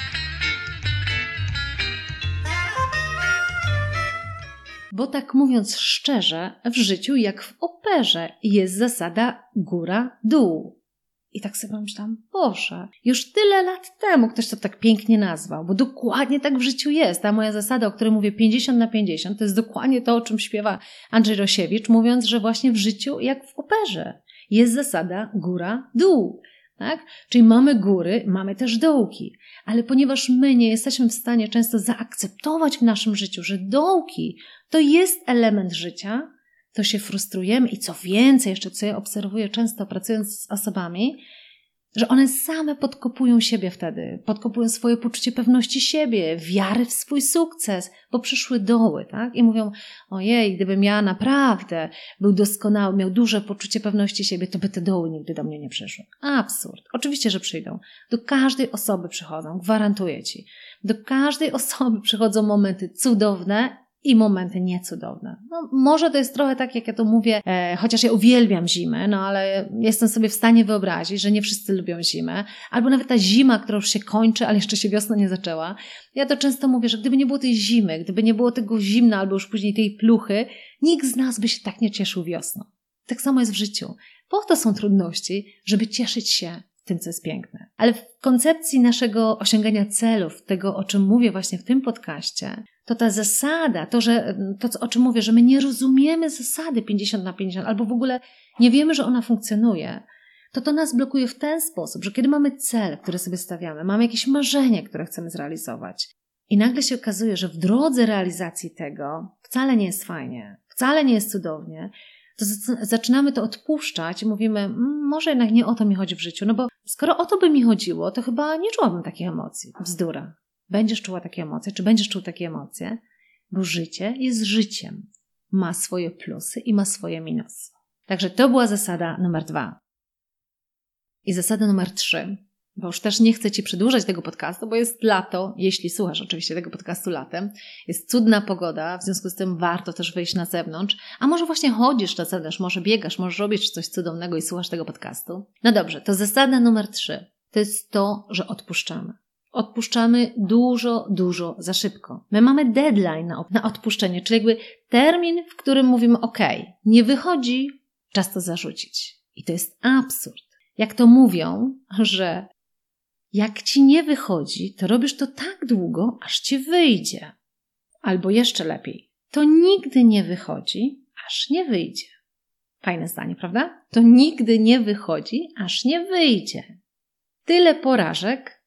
Bo tak mówiąc szczerze, w życiu jak w operze jest zasada góra-dół. I tak sobie myślałam, Boże, już tyle lat temu ktoś to tak pięknie nazwał, bo dokładnie tak w życiu jest. Ta moja zasada, o której mówię pięćdziesiąt na pięćdziesiąt, to jest dokładnie to, o czym śpiewa Andrzej Rosiewicz, mówiąc, że właśnie w życiu jak w operze jest zasada góra-dół. Tak? Czyli mamy góry, mamy też dołki, ale ponieważ my nie jesteśmy w stanie często zaakceptować w naszym życiu, że dołki to jest element życia, to się frustrujemy i co więcej, jeszcze co ja obserwuję często pracując z osobami, że one same podkopują siebie wtedy, podkopują swoje poczucie pewności siebie, wiary w swój sukces, bo przyszły doły, tak? I mówią, ojej, gdybym ja naprawdę był doskonały, miał duże poczucie pewności siebie, to by te doły nigdy do mnie nie przyszły. Absurd. Oczywiście, że przyjdą. Do każdej osoby przychodzą, gwarantuję Ci. Do każdej osoby przychodzą momenty cudowne i momenty niecudowne. No, może to jest trochę tak, jak ja to mówię, e, chociaż ja uwielbiam zimę, no ale jestem sobie w stanie wyobrazić, że nie wszyscy lubią zimę, albo nawet ta zima, która już się kończy, ale jeszcze się wiosna nie zaczęła. Ja to często mówię, że gdyby nie było tej zimy, gdyby nie było tego zimna, albo już później tej pluchy, nikt z nas by się tak nie cieszył wiosną. Tak samo jest w życiu. Po to są trudności, żeby cieszyć się tym, co jest piękne. Ale w koncepcji naszego osiągania celów, tego, o czym mówię właśnie w tym podcaście, to ta zasada, to, że, to o czym mówię, że my nie rozumiemy zasady pięćdziesiąt na pięćdziesiąt albo w ogóle nie wiemy, że ona funkcjonuje, to to nas blokuje w ten sposób, że kiedy mamy cel, który sobie stawiamy, mamy jakieś marzenie, które chcemy zrealizować i nagle się okazuje, że w drodze realizacji tego wcale nie jest fajnie, wcale nie jest cudownie, to zaczynamy to odpuszczać i mówimy, mmm, może jednak nie o to mi chodzi w życiu, no bo skoro o to by mi chodziło, to chyba nie czułabym takich emocji. Bzdura. Będziesz czuła takie emocje, czy będziesz czuł takie emocje, bo życie jest życiem. Ma swoje plusy i ma swoje minusy. Także to była zasada numer dwa. I zasada numer trzy, bo już też nie chcę Ci przedłużać tego podcastu, bo jest lato, jeśli słuchasz oczywiście tego podcastu latem, jest cudna pogoda, w związku z tym warto też wyjść na zewnątrz, a może właśnie chodzisz na zewnątrz, może biegasz, może robisz coś cudownego i słuchasz tego podcastu. No dobrze, to zasada numer trzy, to jest to, że odpuszczamy. Odpuszczamy dużo, dużo za szybko. My mamy deadline na, na odpuszczenie, czyli jakby termin, w którym mówimy ok, nie wychodzi, czas to zarzucić. I to jest absurd. Jak to mówią, że jak Ci nie wychodzi, to robisz to tak długo, aż Ci wyjdzie. Albo jeszcze lepiej, to nigdy nie wychodzi, aż nie wyjdzie. Fajne zdanie, prawda? To nigdy nie wychodzi, aż nie wyjdzie. Tyle porażek,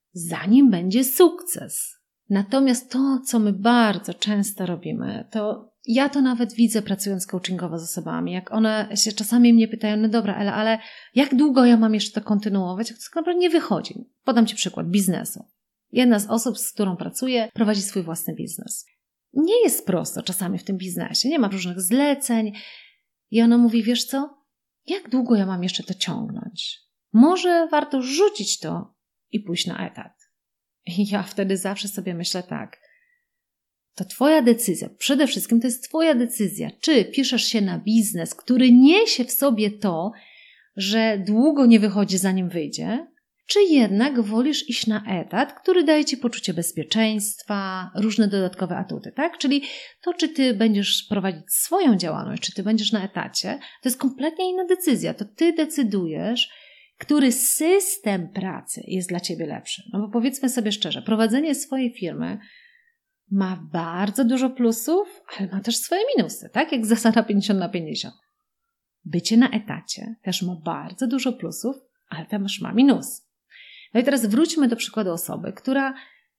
zanim będzie sukces. Natomiast to, co my bardzo często robimy, to ja to nawet widzę pracując coachingowo z osobami, jak one się czasami mnie pytają, no dobra Ela, ale jak długo ja mam jeszcze to kontynuować, jak to tak naprawdę nie wychodzi. Podam Ci przykład biznesu. Jedna z osób, z którą pracuję, prowadzi swój własny biznes. Nie jest prosto czasami w tym biznesie, nie ma różnych zleceń i ona mówi, wiesz co, jak długo ja mam jeszcze to ciągnąć? Może warto rzucić to i pójść na etat. I ja wtedy zawsze sobie myślę tak, to Twoja decyzja, przede wszystkim to jest Twoja decyzja, czy piszesz się na biznes, który niesie w sobie to, że długo nie wychodzi zanim wyjdzie, czy jednak wolisz iść na etat, który daje Ci poczucie bezpieczeństwa, różne dodatkowe atuty, tak? Czyli to, czy Ty będziesz prowadzić swoją działalność, czy Ty będziesz na etacie, to jest kompletnie inna decyzja. To Ty decydujesz, który system pracy jest dla Ciebie lepszy. No bo powiedzmy sobie szczerze, prowadzenie swojej firmy ma bardzo dużo plusów, ale ma też swoje minusy, tak? Jak zasada pięćdziesiąt na pięćdziesiąt. Bycie na etacie też ma bardzo dużo plusów, ale też ma minusy. No i teraz wróćmy do przykładu osoby, która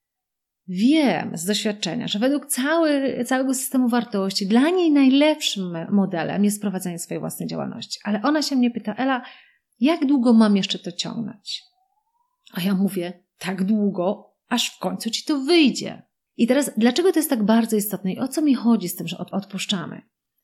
wiem z doświadczenia, że według cały, całego systemu wartości dla niej najlepszym modelem jest prowadzenie swojej własnej działalności. Ale ona się mnie pyta, Ela, jak długo mam jeszcze to ciągnąć? A ja mówię, tak długo, aż w końcu Ci to wyjdzie. I teraz, dlaczego to jest tak bardzo istotne i o co mi chodzi z tym, że odpuszczamy?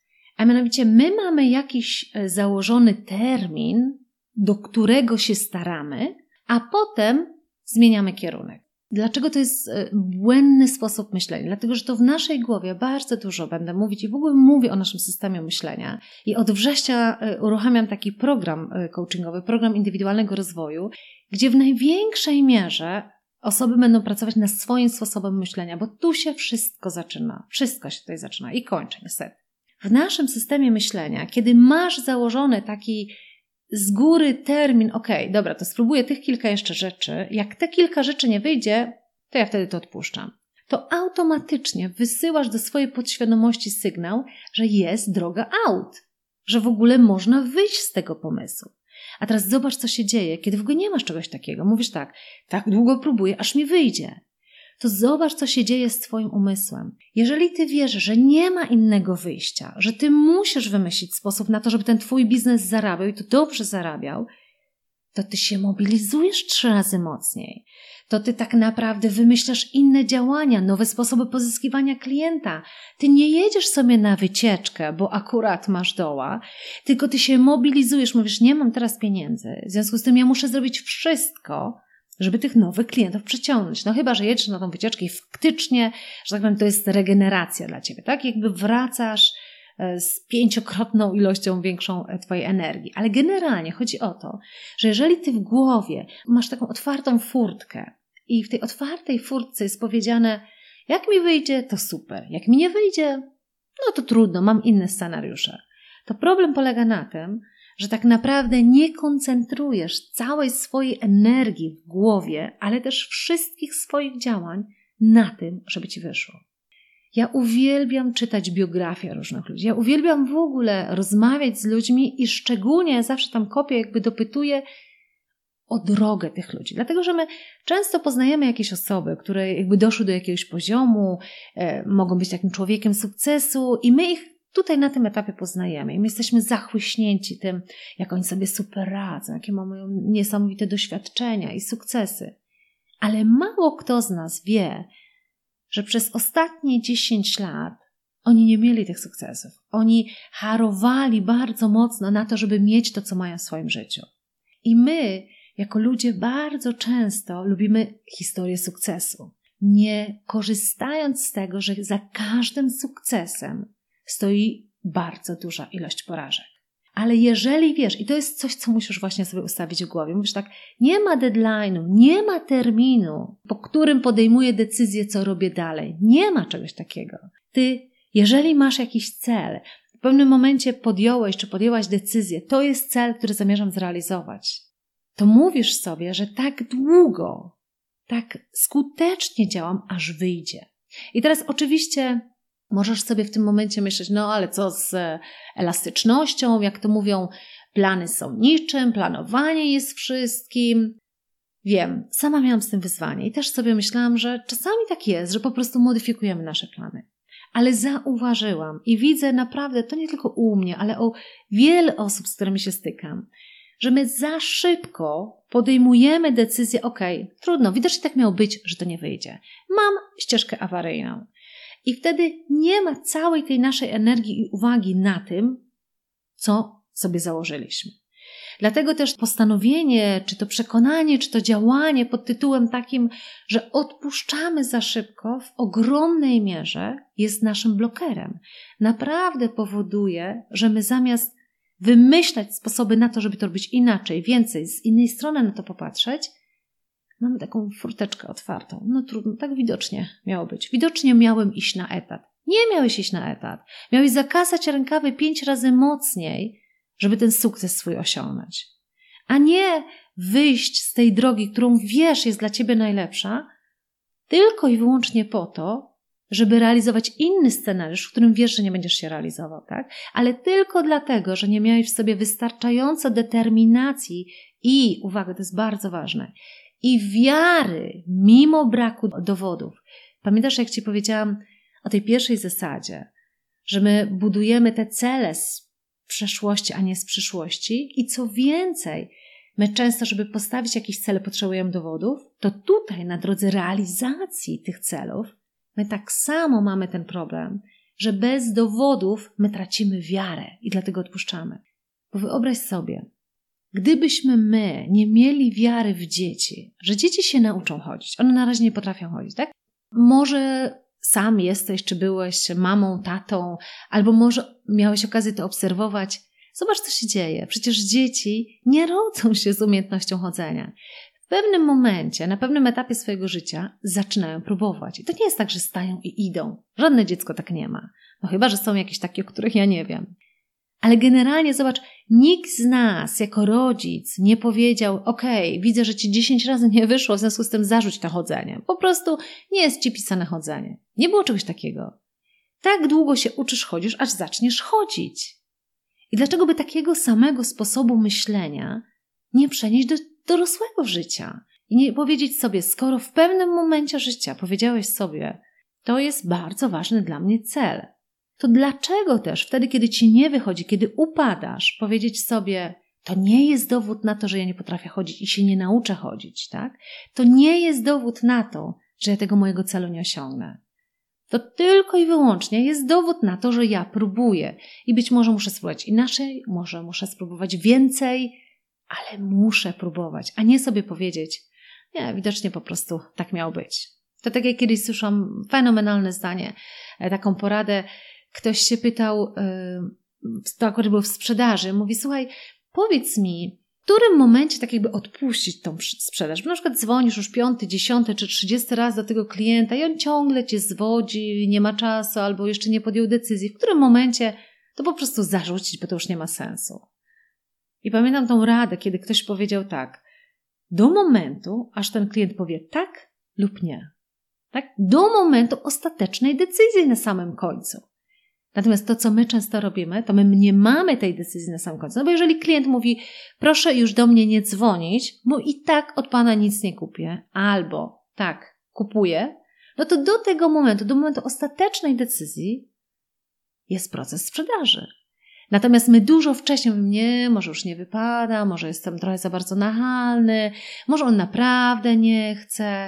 A mianowicie my mamy jakiś założony termin, do którego się staramy, a potem zmieniamy kierunek. Dlaczego to jest błędny sposób myślenia? Dlatego, że to w naszej głowie bardzo dużo będę mówić i w ogóle mówię o naszym systemie myślenia. I od września uruchamiam taki program coachingowy, program indywidualnego rozwoju, gdzie w największej mierze osoby będą pracować nad swoim sposobem myślenia, bo tu się wszystko zaczyna. Wszystko się tutaj zaczyna i kończy niestety. W naszym systemie myślenia, kiedy masz założony taki z góry termin, okej, dobra, to spróbuję tych kilka jeszcze rzeczy. Jak te kilka rzeczy nie wyjdzie, to ja wtedy to odpuszczam. To automatycznie wysyłasz do swojej podświadomości sygnał, że jest droga out, że w ogóle można wyjść z tego pomysłu. A teraz zobacz, co się dzieje, kiedy w ogóle nie masz czegoś takiego. Mówisz tak, tak długo próbuję, aż mi wyjdzie. To zobacz, co się dzieje z Twoim umysłem. Jeżeli Ty wiesz, że nie ma innego wyjścia, że Ty musisz wymyślić sposób na to, żeby ten Twój biznes zarabiał i to dobrze zarabiał, to Ty się mobilizujesz trzy razy mocniej. To Ty tak naprawdę wymyślasz inne działania, nowe sposoby pozyskiwania klienta. Ty nie jedziesz sobie na wycieczkę, bo akurat masz doła, tylko Ty się mobilizujesz, mówisz, nie mam teraz pieniędzy, w związku z tym ja muszę zrobić wszystko, żeby tych nowych klientów przyciągnąć. No chyba, że jedziesz na tą wycieczkę i faktycznie, że tak powiem, to jest regeneracja dla Ciebie, tak? Jakby wracasz z pięciokrotną ilością większą Twojej energii. Ale generalnie chodzi o to, że jeżeli Ty w głowie masz taką otwartą furtkę i w tej otwartej furtce jest powiedziane, jak mi wyjdzie, to super. Jak mi nie wyjdzie, no to trudno, mam inne scenariusze. To problem polega na tym, że tak naprawdę nie koncentrujesz całej swojej energii w głowie, ale też wszystkich swoich działań na tym, żeby Ci wyszło. Ja uwielbiam czytać biografie różnych ludzi. Ja uwielbiam w ogóle rozmawiać z ludźmi i szczególnie zawsze tam kopię, jakby dopytuję o drogę tych ludzi. Dlatego, że my często poznajemy jakieś osoby, które jakby doszły do jakiegoś poziomu, e, mogą być takim człowiekiem sukcesu i my ich tutaj na tym etapie poznajemy i my jesteśmy zachłyśnięci tym, jak oni sobie super radzą, jakie mają niesamowite doświadczenia i sukcesy. Ale mało kto z nas wie, że przez ostatnie dziesięć lat oni nie mieli tych sukcesów. Oni harowali bardzo mocno na to, żeby mieć to, co mają w swoim życiu. I my, jako ludzie, bardzo często lubimy historię sukcesu, nie korzystając z tego, że za każdym sukcesem stoi bardzo duża ilość porażek. Ale jeżeli wiesz, i to jest coś, co musisz właśnie sobie ustawić w głowie, mówisz tak, nie ma deadline'u, nie ma terminu, po którym podejmuję decyzję, co robię dalej. Nie ma czegoś takiego. Ty, jeżeli masz jakiś cel, w pewnym momencie podjąłeś, czy podjęłaś decyzję, to jest cel, który zamierzam zrealizować, to mówisz sobie, że tak długo, tak skutecznie działam, aż wyjdzie. I teraz oczywiście możesz sobie w tym momencie myśleć, no ale co z elastycznością, jak to mówią, plany są niczym, planowanie jest wszystkim. Wiem, sama miałam z tym wyzwanie i też sobie myślałam, że czasami tak jest, że po prostu modyfikujemy nasze plany. Ale zauważyłam i widzę naprawdę, to nie tylko u mnie, ale u wielu osób, z którymi się stykam, że my za szybko podejmujemy decyzję, okej, trudno, widocznie tak miało być, że to nie wyjdzie. Mam ścieżkę awaryjną. I wtedy nie ma całej tej naszej energii i uwagi na tym, co sobie założyliśmy. Dlatego też postanowienie, czy to przekonanie, czy to działanie pod tytułem takim, że odpuszczamy za szybko, w ogromnej mierze jest naszym blokerem. Naprawdę powoduje, że my zamiast wymyślać sposoby na to, żeby to robić inaczej, więcej, z innej strony na to popatrzeć, mamy taką furteczkę otwartą. No trudno, tak widocznie miało być. Widocznie miałem iść na etat. Nie miałeś iść na etat. Miałeś zakasać rękawy pięć razy mocniej, żeby ten sukces swój osiągnąć. A nie wyjść z tej drogi, którą wiesz jest dla ciebie najlepsza, tylko i wyłącznie po to, żeby realizować inny scenariusz, w którym wiesz, że nie będziesz się realizował, tak? Ale tylko dlatego, że nie miałeś w sobie wystarczająco determinacji i, uwaga, to jest bardzo ważne, i wiary, mimo braku dowodów. Pamiętasz, jak ci powiedziałam o tej pierwszej zasadzie, że my budujemy te cele z przeszłości, a nie z przyszłości i co więcej, my często, żeby postawić jakieś cele, potrzebujemy dowodów, to tutaj na drodze realizacji tych celów my tak samo mamy ten problem, że bez dowodów my tracimy wiarę i dlatego odpuszczamy. Bo wyobraź sobie, gdybyśmy my nie mieli wiary w dzieci, że dzieci się nauczą chodzić, one na razie nie potrafią chodzić, tak? Może sam jesteś, czy byłeś mamą, tatą, albo może miałeś okazję to obserwować. Zobacz, co się dzieje. Przecież dzieci nie rodzą się z umiejętnością chodzenia. W pewnym momencie, na pewnym etapie swojego życia zaczynają próbować. I to nie jest tak, że stają i idą. Żadne dziecko tak nie ma. No chyba, że są jakieś takie, o których ja nie wiem. Ale generalnie, zobacz, nikt z nas jako rodzic nie powiedział, okej, widzę, że ci dziesięć razy nie wyszło, w związku z tym zarzuć to chodzenie. Po prostu nie jest ci pisane chodzenie. Nie było czegoś takiego. Tak długo się uczysz, chodzisz, aż zaczniesz chodzić. I dlaczego by takiego samego sposobu myślenia nie przenieść do dorosłego życia? I nie powiedzieć sobie, skoro w pewnym momencie życia powiedziałeś sobie, to jest bardzo ważny dla mnie cel, to dlaczego też wtedy, kiedy ci nie wychodzi, kiedy upadasz, powiedzieć sobie, to nie jest dowód na to, że ja nie potrafię chodzić i się nie nauczę chodzić, tak? To nie jest dowód na to, że ja tego mojego celu nie osiągnę. To tylko i wyłącznie jest dowód na to, że ja próbuję i być może muszę spróbować inaczej, może muszę spróbować więcej, ale muszę próbować, a nie sobie powiedzieć, nie, widocznie po prostu tak miało być. To tak jak kiedyś słyszałam fenomenalne zdanie, taką poradę, ktoś się pytał, to akurat było w sprzedaży, mówi, słuchaj, powiedz mi, w którym momencie tak jakby odpuścić tą sprzedaż? Bo na przykład dzwonisz już piąty, dziesiąty czy trzydziesty raz do tego klienta i on ciągle cię zwodzi, nie ma czasu albo jeszcze nie podjął decyzji. W którym momencie to po prostu zarzucić, bo to już nie ma sensu. I pamiętam tą radę, kiedy ktoś powiedział tak, do momentu, aż ten klient powie tak lub nie. Tak? Do momentu ostatecznej decyzji na samym końcu. Natomiast to, co my często robimy, to my nie mamy tej decyzji na samym końcu. No bo jeżeli klient mówi, proszę już do mnie nie dzwonić, bo i tak od Pana nic nie kupię, albo tak, kupuję, no to do tego momentu, do momentu ostatecznej decyzji jest proces sprzedaży. Natomiast my dużo wcześniej mówimy, nie, może już nie wypada, może jestem trochę za bardzo nachalny, może on naprawdę nie chce.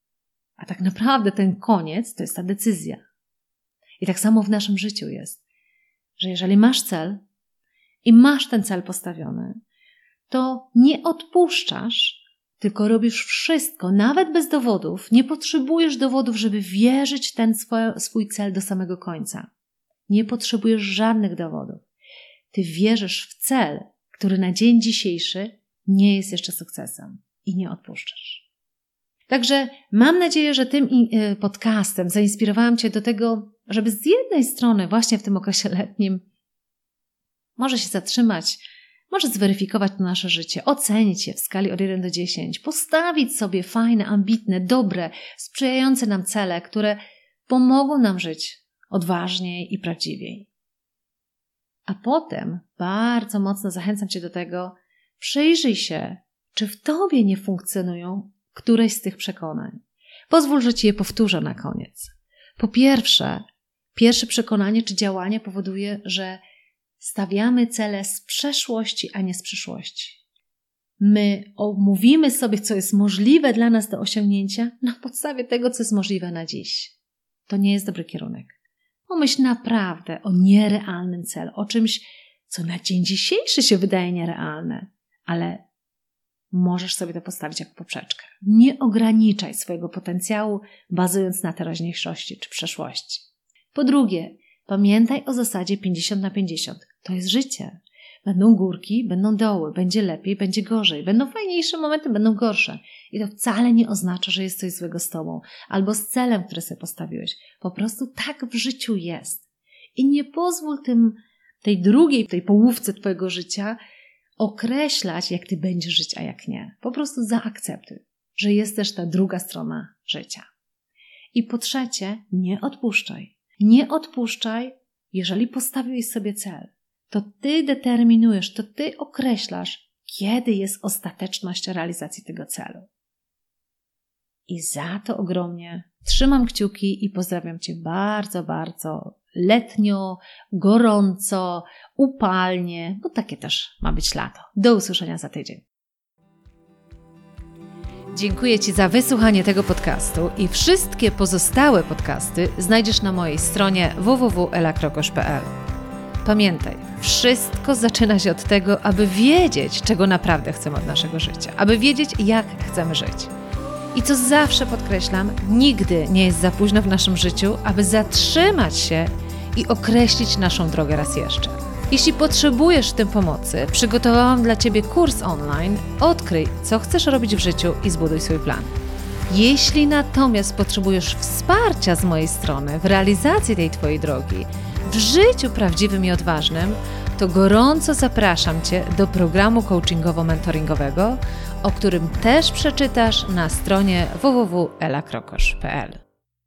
A tak naprawdę ten koniec to jest ta decyzja. I tak samo w naszym życiu jest, że jeżeli masz cel i masz ten cel postawiony, to nie odpuszczasz, tylko robisz wszystko, nawet bez dowodów. Nie potrzebujesz dowodów, żeby wierzyć w ten swój, swój cel do samego końca. Nie potrzebujesz żadnych dowodów. Ty wierzysz w cel, który na dzień dzisiejszy nie jest jeszcze sukcesem i nie odpuszczasz. Także mam nadzieję, że tym podcastem zainspirowałam Cię do tego, żeby z jednej strony właśnie w tym okresie letnim może się zatrzymać, może zweryfikować to nasze życie, ocenić je w skali od jeden do dziesięciu, postawić sobie fajne, ambitne, dobre, sprzyjające nam cele, które pomogą nam żyć odważniej i prawdziwiej. A potem bardzo mocno zachęcam Cię do tego, przyjrzyj się, czy w Tobie nie funkcjonują któreś z tych przekonań. Pozwól, że Ci je powtórzę na koniec. Po pierwsze, pierwsze przekonanie czy działanie powoduje, że stawiamy cele z przeszłości, a nie z przyszłości. My omówimy sobie, co jest możliwe dla nas do osiągnięcia na podstawie tego, co jest możliwe na dziś. To nie jest dobry kierunek. Pomyśl naprawdę o nierealnym celu, o czymś, co na dzień dzisiejszy się wydaje nierealne, ale możesz sobie to postawić jako poprzeczkę. Nie ograniczaj swojego potencjału, bazując na teraźniejszości czy przeszłości. Po drugie, pamiętaj o zasadzie pięćdziesiąt na pięćdziesiąt. To jest życie. Będą górki, będą doły, będzie lepiej, będzie gorzej. Będą fajniejsze momenty, będą gorsze. I to wcale nie oznacza, że jest coś złego z Tobą albo z celem, który sobie postawiłeś. Po prostu tak w życiu jest. I nie pozwól tym, tej drugiej, tej połówce Twojego życia określać, jak Ty będziesz żyć, a jak nie. Po prostu zaakceptuj, że jest też ta druga strona życia. I po trzecie, nie odpuszczaj. Nie odpuszczaj, jeżeli postawiłeś sobie cel. To Ty determinujesz, to Ty określasz, kiedy jest ostateczność realizacji tego celu. I za to ogromnie trzymam kciuki i pozdrawiam Cię bardzo, bardzo letnio, gorąco, upalnie, bo takie też ma być lato. Do usłyszenia za tydzień. Dziękuję Ci za wysłuchanie tego podcastu i wszystkie pozostałe podcasty znajdziesz na mojej stronie w w w kropka ela krokosz kropka p l. Pamiętaj, wszystko zaczyna się od tego, aby wiedzieć, czego naprawdę chcemy od naszego życia, aby wiedzieć, jak chcemy żyć. I co zawsze podkreślam, nigdy nie jest za późno w naszym życiu, aby zatrzymać się i określić naszą drogę raz jeszcze. Jeśli potrzebujesz w tym pomocy, przygotowałam dla Ciebie kurs online Odkryj, co chcesz robić w życiu i zbuduj swój plan. Jeśli natomiast potrzebujesz wsparcia z mojej strony w realizacji tej Twojej drogi, w życiu prawdziwym i odważnym, to gorąco zapraszam Cię do programu coachingowo-mentoringowego, o którym też przeczytasz na stronie w w w kropka ela krokosz kropka p l.